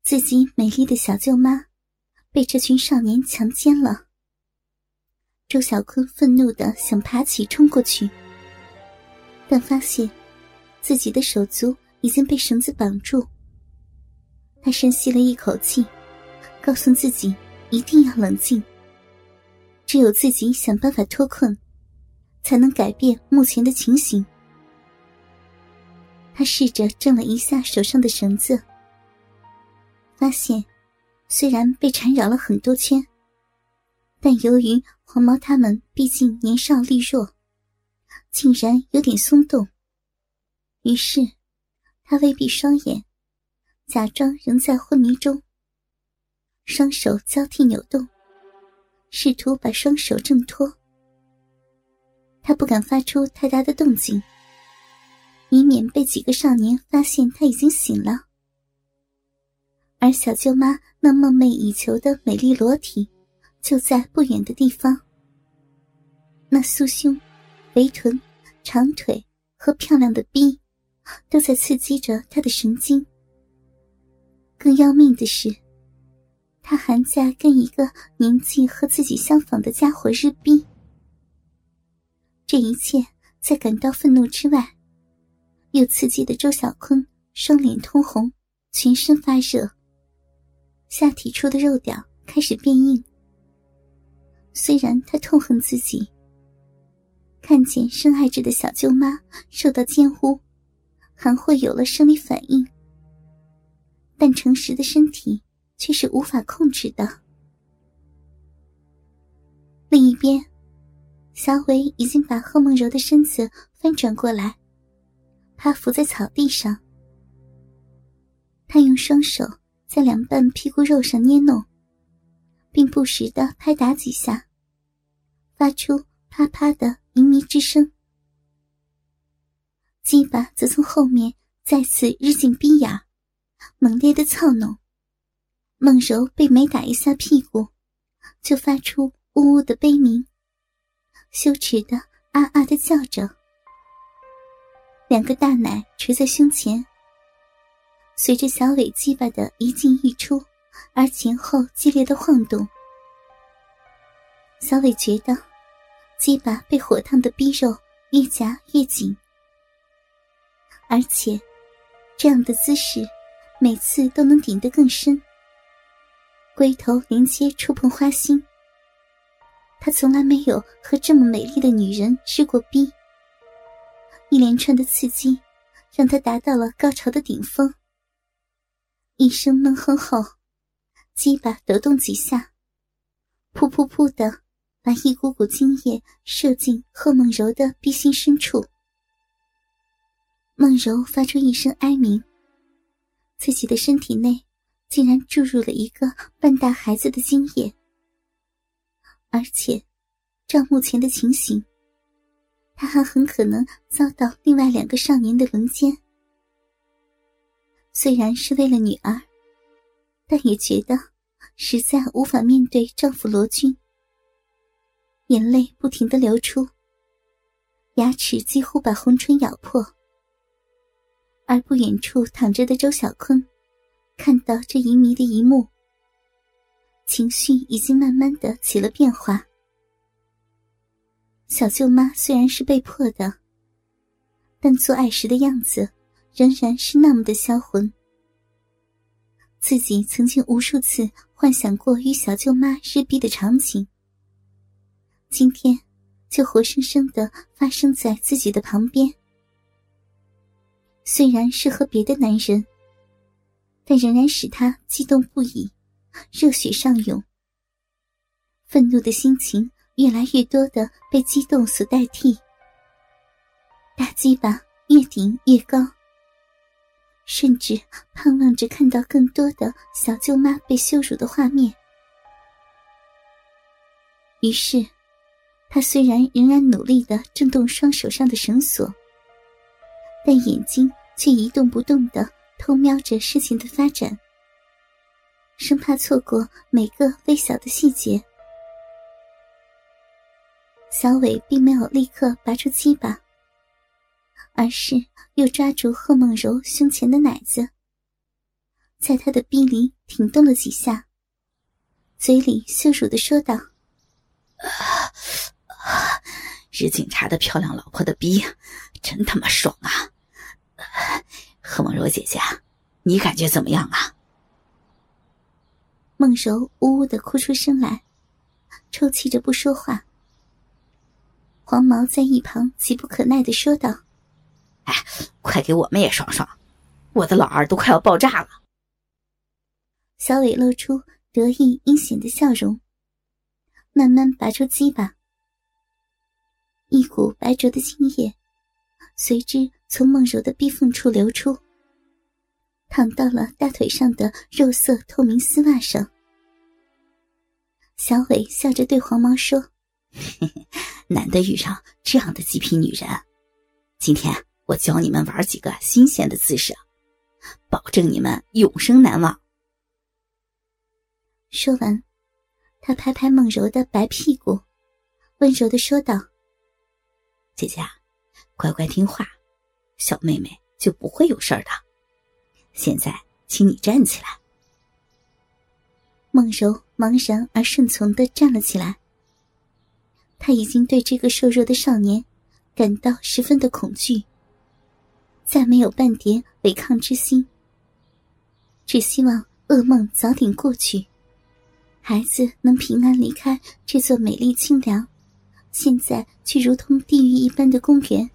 自己美丽的小舅妈被这群少年强奸了。周小坤愤怒地想爬起冲过去，但发现自己的手足已经被绳子绑住。他深吸了一口气，告诉自己一定要冷静，只有自己想办法脱困，才能改变目前的情形。他试着挣了一下手上的绳子，发现虽然被缠绕了很多圈，但由于黄毛他们毕竟年少力弱，竟然有点松动。于是他微闭双眼，假装仍在昏迷中，双手交替扭动，试图把双手挣脱。他不敢发出太大的动静，以免被几个少年发现他已经醒了。而小舅妈那梦寐以求的美丽裸体就在不远的地方，那酥胸、肥臀、长腿和漂亮的逼都在刺激着他的神经。更要命的是，他还在跟一个年纪和自己相仿的家伙日逼。这一切在感到愤怒之外，又刺激的周小坤双脸通红，全身发热，下体处的肉屌开始变硬。虽然他痛恨自己，看见深爱着的小舅妈受到奸污，还会有了生理反应，但诚实的身体却是无法控制的。另一边，小伟已经把贺梦柔的身子翻转过来，趴伏在草地上。他用双手在两半屁股肉上捏弄，并不时地拍打几下，发出啪啪的淫靡之声。鸡巴则从后面再次日进逼眼，猛烈的操弄。梦柔被每打一下屁股，就发出呜呜的悲鸣，羞耻的啊啊的叫着。两个大奶垂在胸前，随着小伟鸡巴的一进一出而前后激烈的晃动。小伟觉得鸡巴被火烫的逼肉越夹越紧，而且这样的姿势每次都能顶得更深，龟头连接触碰花心。他从来没有和这么美丽的女人试过逼，一连串的刺激让他达到了高潮的顶峰。一声闷哼后，鸡巴抖动几下，噗噗噗的把一股股精液射进贺梦柔的逼心深处。梦柔发出一声哀鸣，自己的身体内竟然注入了一个半大孩子的精液，而且照目前的情形，他还很可能遭到另外两个少年的轮奸。虽然是为了女儿，但也觉得实在无法面对丈夫罗军，眼泪不停地流出，牙齿几乎把红唇咬破。而不远处躺着的周小坤看到这淫靡的一幕，情绪已经慢慢地起了变化。小舅妈虽然是被迫的，但做爱时的样子仍然是那么的销魂。自己曾经无数次幻想过与小舅妈日逼的场景，今天就活生生地发生在自己的旁边。虽然是和别的男人，但仍然使他激动不已，热血上涌。愤怒的心情越来越多地被激动所代替，大鸡巴越顶越高，甚至盼望着看到更多的小舅妈被羞辱的画面。于是他虽然仍然努力地挣动双手上的绳索，但眼睛却一动不动地偷瞄着事情的发展，生怕错过每个微小的细节。小伟并没有立刻拔出鸡巴，而是又抓住贺梦柔胸前的奶子， 在他的逼里挺动了几下，嘴里羞辱地说道： 日警察的漂亮老婆的逼真他妈爽啊！何梦柔姐姐，你感觉怎么样啊？ 梦柔呜呜地哭出声来，抽泣着不说话。黄毛在一旁急不可耐地说道： 快给我们也爽爽，我的老二都快要爆炸了。 小伟露出得意阴险的笑容，慢慢拔出鸡巴，一股白灼的精液随之从梦柔的逼缝处流出，淌到了大腿上的肉色透明丝袜上。小伟笑着对黄毛说： 难得遇上这样的极品女人，今天我教你们玩几个新鲜的姿势，保证你们永生难忘。 说完，他拍拍梦柔的白屁股，温柔地说道： 姐姐，乖乖听话，小妹妹就不会有事儿的。现在请你站起来。 梦柔茫然而顺从地站了起来。她已经对这个瘦弱的少年感到十分的恐惧，再没有半点违抗之心，只希望噩梦早点过去，孩子能平安离开这座美丽清凉，现在却如同地狱一般的公园。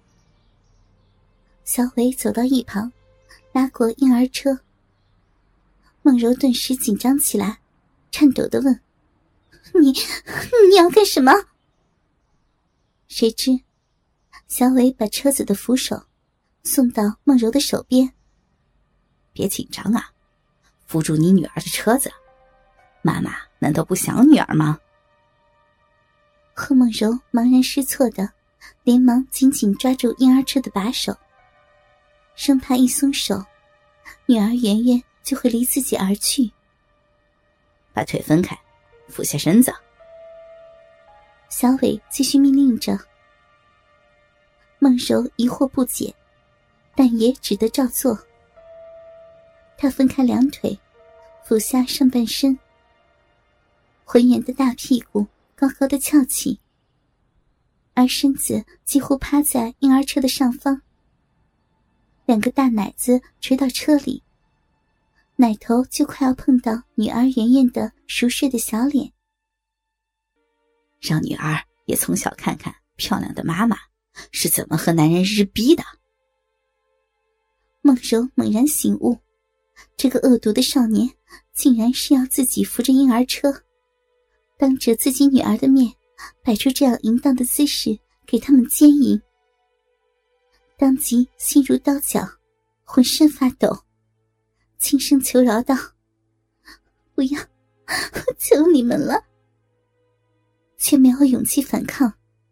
小伟走到一旁，拉过婴儿车。梦柔顿时紧张起来，颤抖地问：你要干什么？谁知小伟把车子的扶手送到梦柔的手边。 别紧张啊，扶住你女儿的车子，妈妈难道不想女儿吗？ 贺梦柔茫然失措的连忙紧紧抓住婴儿车的把手，生怕一松手，女儿圆圆就会离自己而去。 把腿分开，俯下身子。 小伟继续命令着。梦柔疑惑不解，但也只得照做。她分开两腿，俯下上半身，浑圆的大屁股高高的翘起，而身子几乎趴在婴儿车的上方，两个大奶子垂到车里，奶头就快要碰到女儿圆圆的熟睡的小脸。 让女儿也从小看看漂亮的妈妈是怎么和男人日逼的。 梦柔猛然醒悟，这个恶毒的少年竟然是要自己扶着婴儿车，当着自己女儿的面摆出这样淫荡的姿势给他们奸淫。当即心如刀绞，浑身发抖，轻声求饶道：不要，我求你们了。却没有勇气反抗。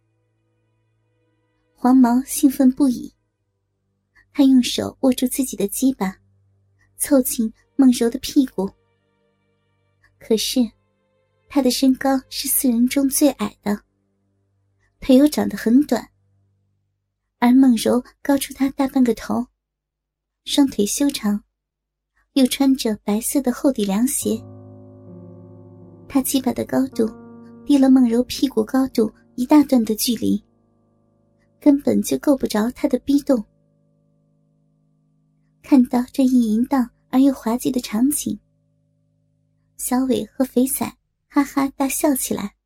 黄毛兴奋不已，他用手握住自己的鸡巴，凑近梦柔的屁股。可是他的身高是四人中最矮的，腿又长得很短，而梦柔高出他大半个头，双腿修长，又穿着白色的厚底凉鞋。他鸡巴的高度低了梦柔屁股高度一大段的距离，根本就够不着他的逼洞。看到这一淫荡而又滑稽的场景，小伟和肥仔哈哈大笑起来。